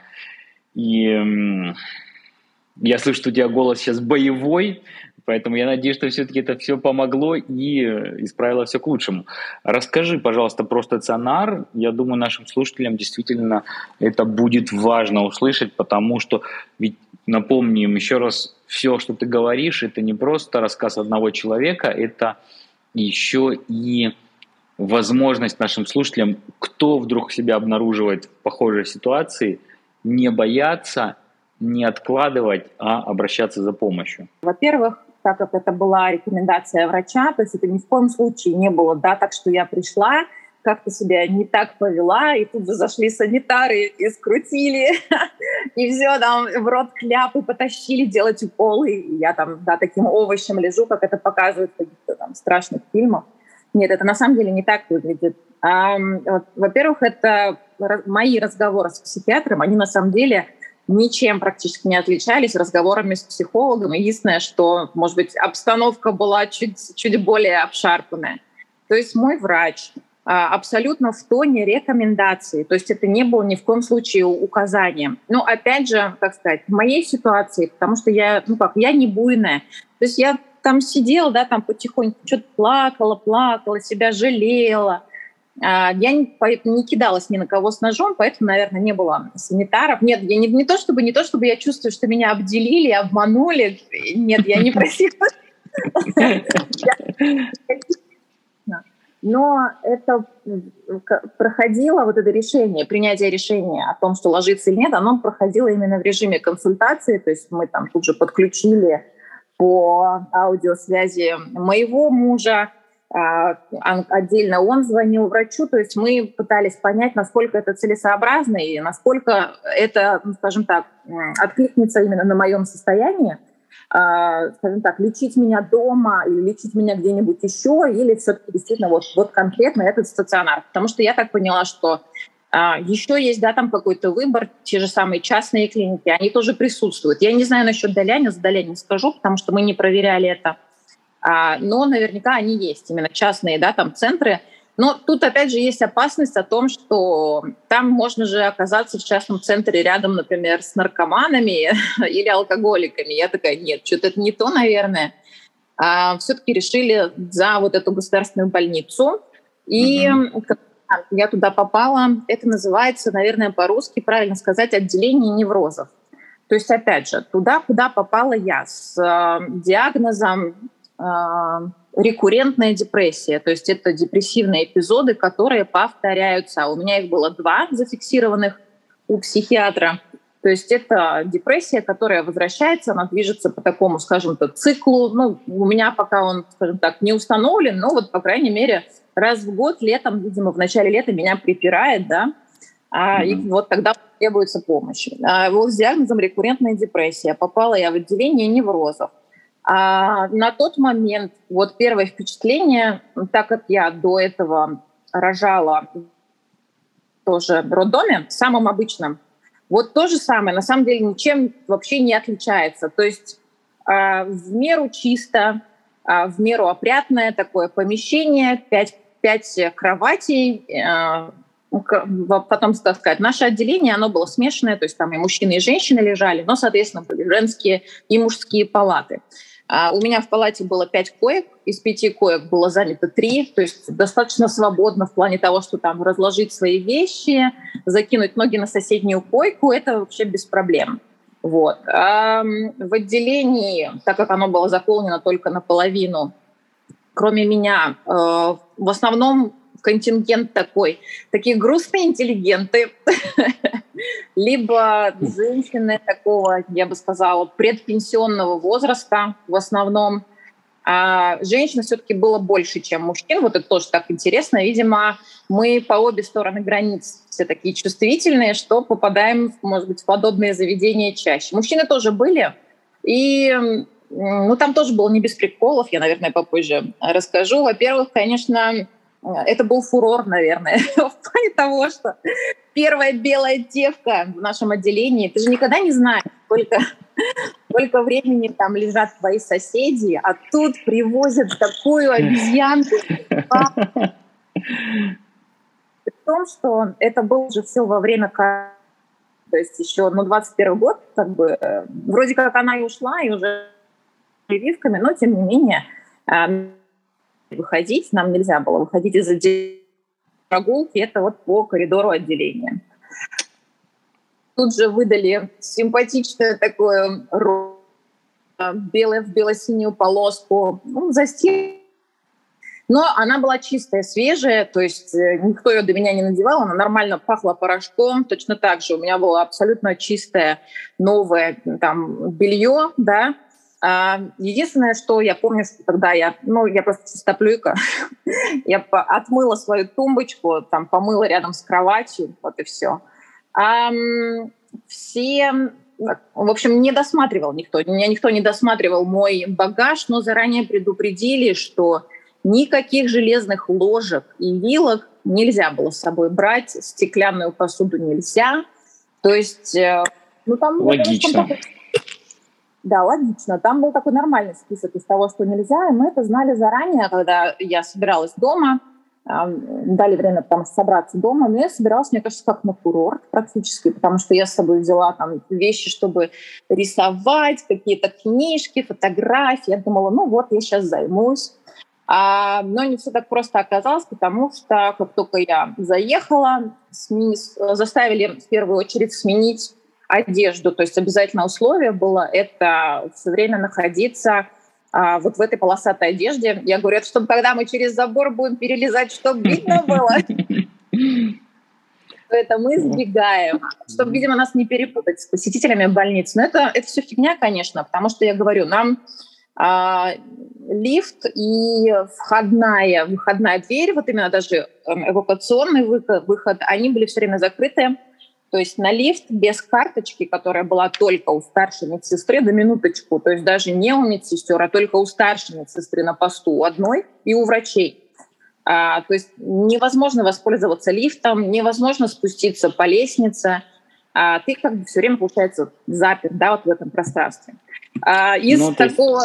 и я слышу, что у тебя голос сейчас боевой, поэтому я надеюсь, что все-таки это все помогло и исправило все к лучшему. Расскажи, пожалуйста, про стационар. Я думаю, нашим слушателям действительно это будет важно услышать, потому что, ведь напомним еще раз, все, что ты говоришь, это не просто рассказ одного человека, это еще и возможность нашим слушателям, кто вдруг себя обнаруживает в похожей ситуации, не бояться, не откладывать, а обращаться за помощью. Во-первых, так как это была рекомендация врача, то есть это ни в коем случае не было, да, так что я пришла, как-то себя не так повела, и тут же зашли санитары и скрутили, и все, там в рот кляпы потащили делать уколы, и я там, да, таким овощем лежу, как это показывают в каких-то там страшных фильмах. Нет, это на самом деле не так выглядит. Во-первых, это мои разговоры с психиатром, они на самом деле ничем практически не отличались разговорами с психологом. Единственное, что, может быть, обстановка была чуть более обшарпанная. То есть мой врач абсолютно в тоне рекомендации. То есть это не было ни в коем случае указанием. Но опять же, как сказать, в моей ситуации, потому что я не буйная. То есть я там сидела, да, там потихоньку что-то плакала, себя жалела. Я не кидалась ни на кого с ножом, поэтому, наверное, не было санитаров. Нет, я не то чтобы я чувствую, что меня обделили, обманули. Нет, я не просила. Но это проходило, вот это решение, принятие решения о том, что ложиться или нет, оно проходило именно в режиме консультации. То есть мы там тут же подключили по аудиосвязи моего мужа, отдельно он звонил врачу, то есть мы пытались понять, насколько это целесообразно и насколько это, скажем так, откликнется именно на моем состоянии, скажем так, лечить меня дома или лечить меня где-нибудь еще, или все-таки действительно вот конкретно этот стационар. Потому что я так поняла, что еще есть, да, там какой-то выбор, те же самые частные клиники, они тоже присутствуют. Я не знаю насчет Доляни, за Доляни не скажу, потому что мы не проверяли это. Но наверняка они есть, именно частные, да, там центры. Но тут опять же есть опасность о том, что там можно же оказаться в частном центре рядом, например, с наркоманами или алкоголиками. Я такая, нет, что-то это не то, наверное. Все-таки решили за вот эту государственную больницу. И я туда попала. Это называется, наверное, по-русски, правильно сказать, отделение неврозов. То есть, опять же, туда, куда попала я с диагнозом рекуррентная депрессия, то есть это депрессивные эпизоды, которые повторяются. У меня их было 2 зафиксированных у психиатра. То есть это депрессия, которая возвращается, она движется по такому, скажем так, циклу. Ну, у меня пока он, скажем так, не установлен, но вот, по крайней мере, раз в год летом, видимо, в начале лета меня припирает, да, и вот тогда требуется помощь. Вот с диагнозом рекуррентная депрессия. Попала я в отделение неврозов. На тот момент вот первое впечатление, так как я до этого рожала тоже в роддоме, самым обычным, вот то же самое, на самом деле ничем вообще не отличается. То есть в меру чисто, в меру опрятное такое помещение, 5 кроватей. Потом, так сказать, наше отделение, оно было смешанное, то есть там и мужчины, и женщины лежали, но, соответственно, были женские и мужские палаты. У меня в палате было 5 коек, из 5 коек было занято 3, то есть достаточно свободно в плане того, что там разложить свои вещи, закинуть ноги на соседнюю койку, это вообще без проблем. Вот. В отделении, так как оно было заполнено только наполовину, кроме меня, в основном контингент такие грустные интеллигенты, либо женщины такого, я бы сказала, предпенсионного возраста в основном. А женщин все-таки было больше, чем мужчин. Вот это тоже так интересно. Видимо, мы по обе стороны границ все такие чувствительные, что попадаем, может быть, в подобные заведения чаще. Мужчины тоже были. И там тоже было не без приколов. Я, наверное, попозже расскажу. Во-первых, конечно, это был фурор, наверное, в плане того, что первая белая девка в нашем отделении, ты же никогда не знаешь, сколько времени там лежат твои соседи, а тут привозят такую обезьянку. При том, что это было уже все во время, то есть еще 21 год, как бы, вроде как она и ушла, и уже прививками, но тем не менее выходить, нам нельзя было выходить из отделения прогулки, это вот по коридору отделения. Тут же выдали симпатичную такую белую в бело-синюю полоску, застирку. Но она была чистая, свежая, то есть никто ее до меня не надевал, она нормально пахла порошком, точно так же у меня было абсолютно чистое, новое там белье, да. Единственное, что я помню, что тогда я просто чистоплюйка, я отмыла свою тумбочку, там помыла рядом с кроватью, вот и все. Все, в общем, не досматривал никто. Меня никто не досматривал мой багаж, но заранее предупредили, что никаких железных ложек и вилок нельзя было с собой брать, стеклянную посуду нельзя. То есть, там... Логично. Да, логично. Там был такой нормальный список из того, что нельзя, и мы это знали заранее, когда я собиралась дома, дали время там собраться дома, но я собиралась, мне кажется, как на курорт практически, потому что я с собой взяла там вещи, чтобы рисовать, какие-то книжки, фотографии. Я думала, я сейчас займусь. Но не все так просто оказалось, потому что как только я заехала, заставили в первую очередь сменить одежду. То есть обязательное условие было это все время находиться вот в этой полосатой одежде. Я говорю, чтобы когда мы через забор будем перелезать, чтобы видно было, это мы сбегаем, чтобы, видимо, нас не перепутать с посетителями больницы. Но это все фигня, конечно, потому что я говорю, нам лифт и выходная дверь, вот именно даже эвакуационный выход, они были все время закрыты. То есть на лифт без карточки, которая была только у старшей медсестры, на минуточку, то есть даже не у медсестер, а только у старшей медсестры на посту, у одной и у врачей. То есть невозможно воспользоваться лифтом, невозможно спуститься по лестнице. Ты как бы все время, получается, заперт, да, вот в этом пространстве. То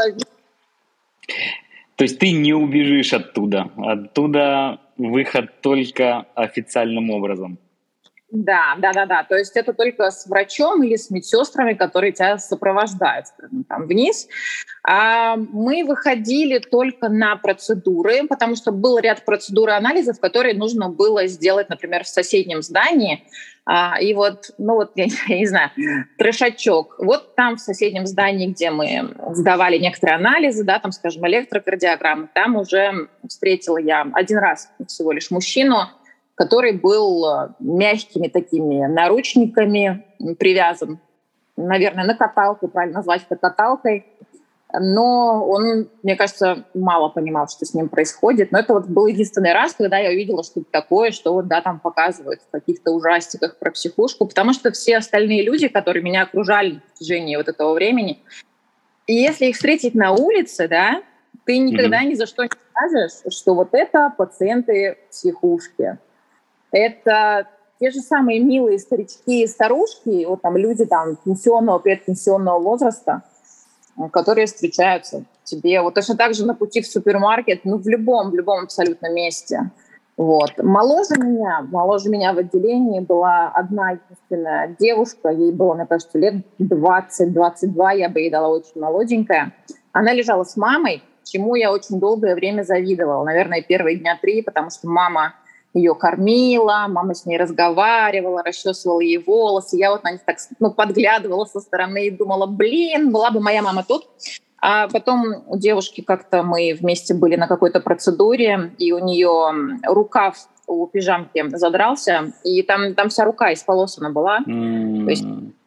есть ты не убежишь оттуда. Оттуда выход только официальным образом. Да. То есть это только с врачом или с медсестрами, которые тебя сопровождают там вниз. Мы выходили только на процедуры, потому что был ряд процедур и анализов, которые нужно было сделать, например, в соседнем здании. И я не знаю, трешачок. Вот там в соседнем здании, где мы сдавали некоторые анализы, да, там, скажем, электрокардиограммы, там уже встретила я один раз всего лишь мужчину, который был мягкими такими наручниками привязан. Наверное, на каталку, правильно назвать это каталкой. Но он, мне кажется, мало понимал, что с ним происходит. Но это вот был единственный раз, когда я увидела что-то такое, что вот, да, там показывают в каких-то ужастиках про психушку, потому что все остальные люди, которые меня окружали в течение вот этого времени, и если их встретить на улице, да, ты никогда ни за что не скажешь, что вот это пациенты психушки. Это те же самые милые старички и старушки, вот там люди там пенсионного, предпенсионного возраста, которые встречаются тебе вот точно так же на пути в супермаркет, ну, в любом абсолютно месте. Вот. Моложе меня в отделении была одна единственная девушка, ей было, мне кажется, лет 20-22, я бы ей дала очень молоденькая. Она лежала с мамой, чему я очень долгое время завидовала, наверное, первые дня 3, потому что мама ее кормила, мама с ней разговаривала, расчесывала ей волосы. Я вот на них так подглядывала со стороны и думала, была бы моя мама тут. А потом у девушки как-то мы вместе были на какой-то процедуре, и у нее рукав у пижамки задрался, и там вся рука исполосана была. То есть,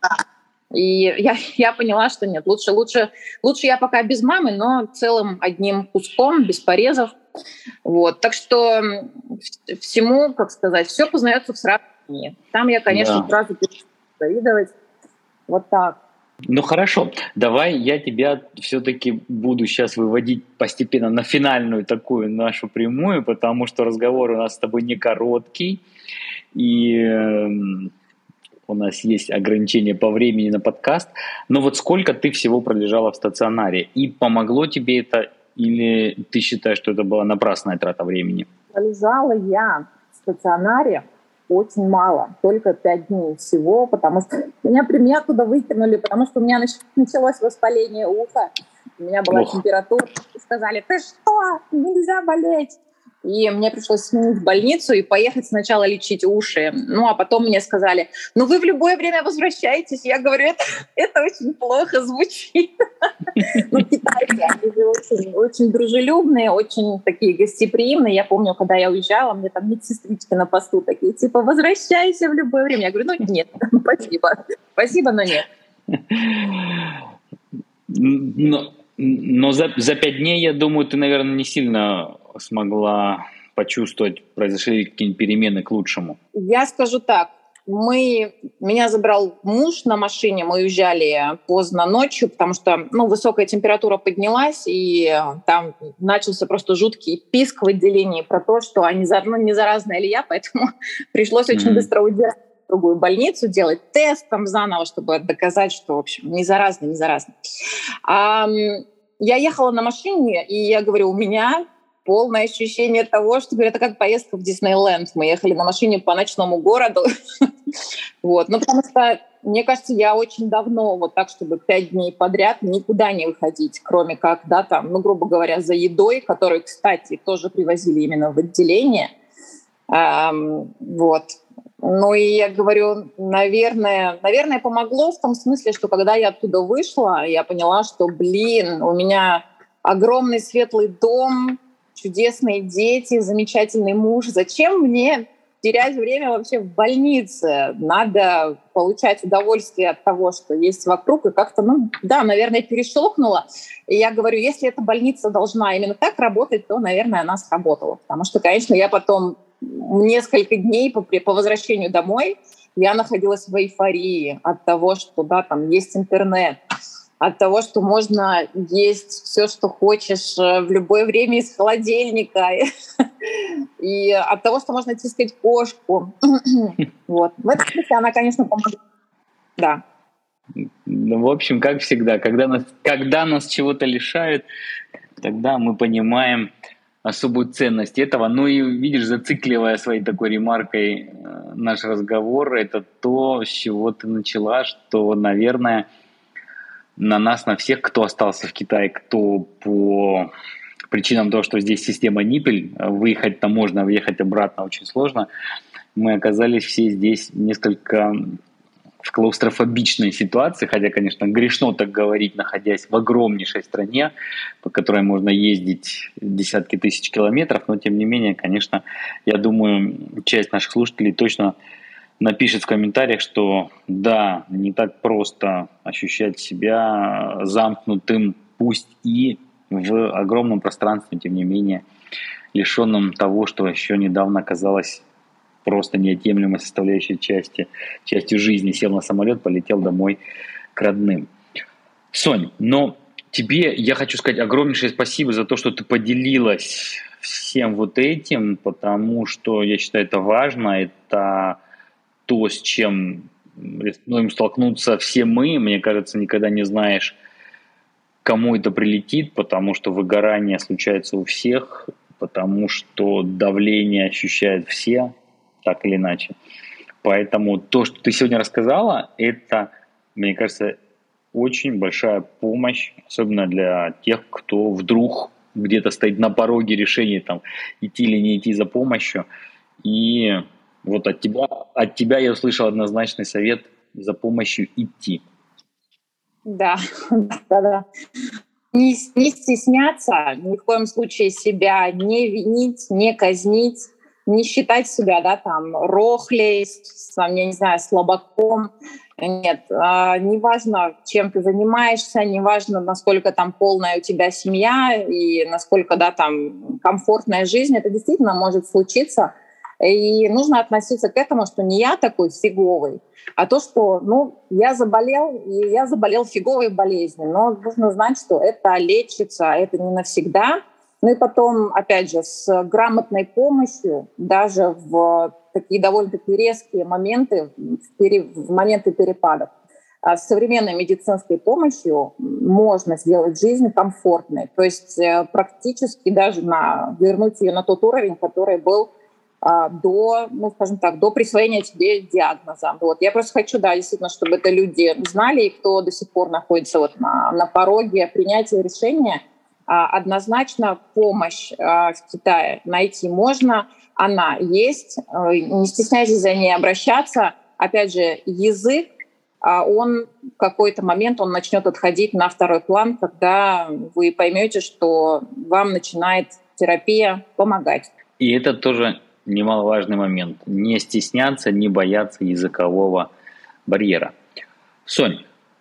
и я поняла, что нет, лучше я пока без мамы, но целым одним куском, без порезов. Вот. Так что всему, как сказать, все познается в сравнении. Там я, конечно, сразу перестала завидовать. Вот так. Ну хорошо, давай я тебя все-таки буду сейчас выводить постепенно на финальную такую нашу прямую, потому что разговор у нас с тобой не короткий, и у нас есть ограничения по времени на подкаст. Но вот сколько ты всего пролежала в стационаре? И помогло тебе это, или ты считаешь, что это была напрасная трата времени? Пролежала я в стационаре очень мало, только 5 дней всего, потому что меня оттуда выкинули, потому что у меня началось воспаление уха, у меня была температура, и сказали, ты что, нельзя болеть. И мне пришлось сменить больницу и поехать сначала лечить уши. Ну, а потом мне сказали, вы в любое время возвращаетесь. Я говорю, это очень плохо звучит. Ну, китайцы, они очень дружелюбные, очень такие гостеприимные. Я помню, когда я уезжала, мне там медсестрички на посту такие, типа, возвращайся в любое время. Я говорю, нет, спасибо, но нет. Но за 5 дней, я думаю, ты, наверное, не сильно смогла почувствовать, произошли какие-нибудь перемены к лучшему. Я скажу так. Меня забрал муж на машине, мы уезжали поздно ночью, потому что высокая температура поднялась, и там начался просто жуткий писк в отделении про то, что не заразная ли я, поэтому пришлось очень быстро уезжать в другую больницу, делать тест там заново, чтобы доказать, что, в общем, не заразный. Я ехала на машине, и я говорю, у меня полное ощущение того, что, говорю, это как поездка в Диснейленд. Мы ехали на машине по ночному городу. Вот. Потому что, мне кажется, я очень давно вот так, чтобы 5 дней подряд никуда не выходить, кроме как, грубо говоря, за едой, которую, кстати, тоже привозили именно в отделение. Вот. И я говорю, наверное, помогло в том смысле, что когда я оттуда вышла, я поняла, что, у меня огромный светлый дом, чудесные дети, замечательный муж. Зачем мне терять время вообще в больнице? Надо получать удовольствие от того, что есть вокруг. И как-то, наверное, перещелкнула. И я говорю, если эта больница должна именно так работать, то, наверное, она сработала. Потому что, конечно, я потом несколько дней по возвращению домой я находилась в эйфории от того, что там есть интернет, от того, что можно есть все, что хочешь в любое время из холодильника, и от того, что можно тискать кошку. Вот. В этом смысле она, конечно, помогает. Да. В общем, как всегда, когда нас чего-то лишают, тогда мы понимаем особую ценность этого. И видишь, зацикливая своей такой ремаркой наш разговор, это то, с чего ты начала, что, наверное, на нас, на всех, кто остался в Китае, кто по причинам того, что здесь система Ниппель, выехать-то можно, въехать обратно очень сложно, мы оказались все здесь несколько в клаустрофобичной ситуации, хотя, конечно, грешно так говорить, находясь в огромнейшей стране, по которой можно ездить десятки тысяч километров, но тем не менее, конечно, я думаю, часть наших слушателей точно напишет в комментариях, что да, не так просто ощущать себя замкнутым, пусть и в огромном пространстве, тем не менее, лишенным того, что еще недавно казалось просто неотъемлемой составляющей частью жизни. Сел на самолет, полетел домой к родным. Сонь, но тебе я хочу сказать огромнейшее спасибо за то, что ты поделилась всем вот этим, потому что я считаю, это важно, это то, с чем рискнем столкнуться все мы. Мне кажется, никогда не знаешь, кому это прилетит, потому что выгорание случается у всех, потому что давление ощущают все, так или иначе. Поэтому то, что ты сегодня рассказала, это, мне кажется, очень большая помощь, особенно для тех, кто вдруг где-то стоит на пороге решения, там, идти или не идти за помощью. И вот от тебя я услышал однозначный совет: за помощью идти. Да, да. Не стесняться, ни в коем случае себя не винить, не казнить, не считать себя, да, там, рохлей, я не знаю, слабаком. Нет, неважно, чем ты занимаешься, неважно, насколько там полная у тебя семья и насколько, да, там, комфортная жизнь, это действительно может случиться. И нужно относиться к этому, что не я такой фиговый, а то, что, я заболел, и я заболел фиговой болезнью. Но нужно знать, что это лечится, это не навсегда. Ну и потом, опять же, с грамотной помощью, даже в такие довольно-таки резкие моменты, в моменты перепадов, с современной медицинской помощью можно сделать жизнь комфортной. То есть практически даже вернуть ее на тот уровень, который был до, скажем так, до присвоения тебе диагноза. Вот. Я просто хочу, да, действительно, чтобы это люди знали, и кто до сих пор находится вот на пороге принятия решения, однозначно помощь в Китае найти можно, она есть. Не стесняйтесь за ней обращаться. Опять же, язык, он в какой-то момент он начнет отходить на второй план, когда вы поймете, что вам начинает терапия помогать. И это тоже немаловажный момент. Не стесняться, не бояться языкового барьера. Сонь,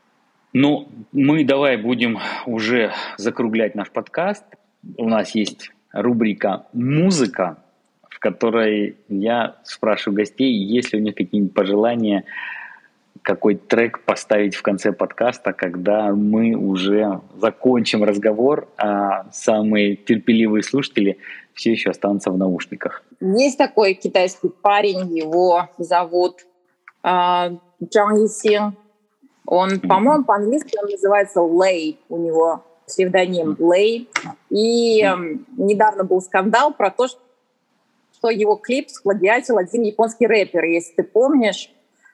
мы давай будем уже закруглять наш подкаст. У нас есть рубрика «Музыка», в которой я спрашиваю гостей, есть ли у них какие-нибудь пожелания, какой трек поставить в конце подкаста, когда мы уже закончим разговор, а самые терпеливые слушатели все еще останутся в наушниках. Есть такой китайский парень, его зовут Чжан Йисин. Он, по-моему, по-английски он называется Лэй, у него псевдоним Лэй. И недавно был скандал про то, что его клип сплагиатил один японский рэпер, если ты помнишь.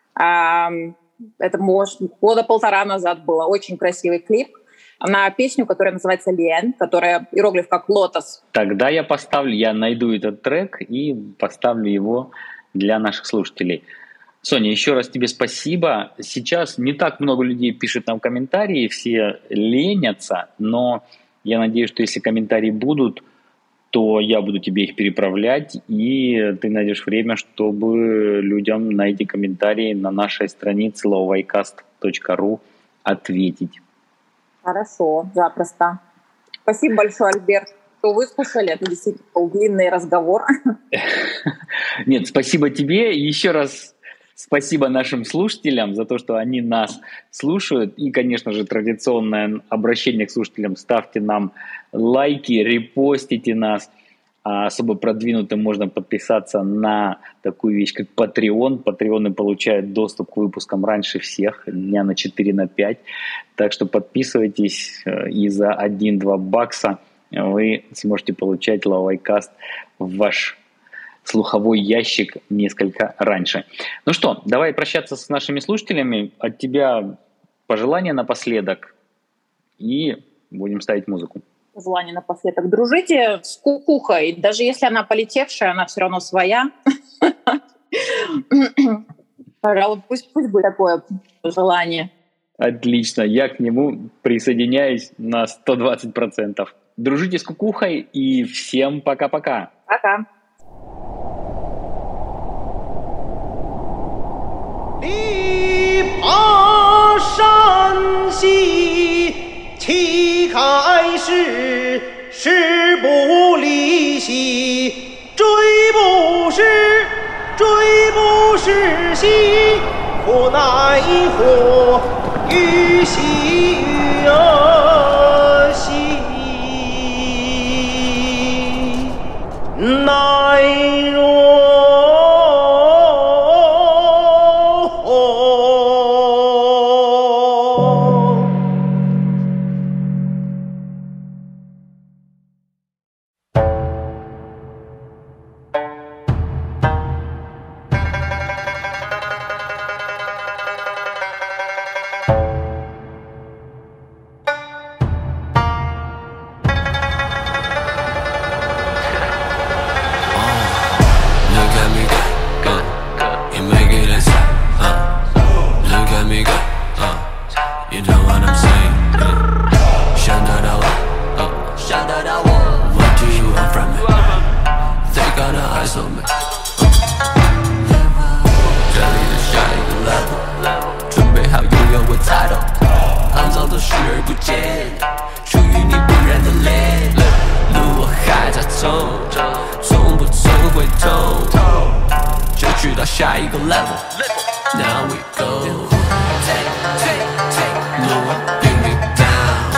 Это, может, года полтора назад было. Очень красивый клип на песню, которая называется «Лен», которая иероглиф как «лотос». Тогда я найду этот трек и поставлю его для наших слушателей. Соня, еще раз тебе спасибо. Сейчас не так много людей пишет нам комментарии, все ленятся, но я надеюсь, что если комментарии будут, то я буду тебе их переправлять, и ты найдешь время, чтобы людям на эти комментарии на нашей странице lovaycast.ru ответить. Хорошо, запросто. Спасибо большое, Альберт, что выслушали. Это действительно был длинный разговор. Нет, спасибо тебе. Еще раз спасибо нашим слушателям за то, что они нас слушают. И, конечно же, традиционное обращение к слушателям. Ставьте нам лайки, репостите нас. А особо продвинутым можно подписаться на такую вещь, как Patreon. Патреоны получают доступ к выпускам раньше всех, дня на 4-5. Так что подписывайтесь, и за 1-2 бакса вы сможете получать Lovaycast в ваш слуховой ящик несколько раньше. Ну что, давай прощаться с нашими слушателями. От тебя пожелания напоследок, и будем ставить музыку. Пожелание напоследок. Дружите с кукухой. Даже если она полетевшая, она все равно своя. Пожалуй, пусть будет такое желание. Отлично, я к нему присоединяюсь на 120%. Дружите с кукухой и всем пока-пока. Пока. 爬山兮，旗开时，时不离兮，追不是兮，可奈何于兮兮，奈若。 下一个 level. Now we go. No one bring me down.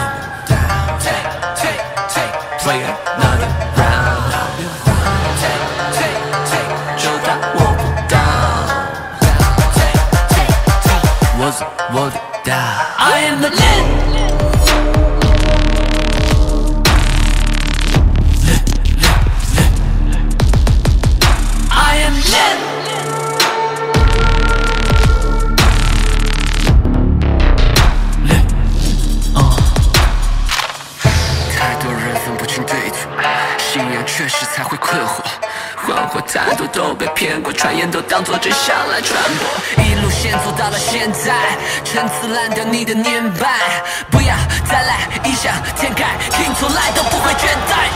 Play another round. 就当我不到。我是我的道。I am the legend.确实才会困惑，幻惑太多都被骗过，传言都当作真相来传播。一路线走到了现在，陈词滥调你的年迈，不要再来异想天开，听从来都不会倦怠。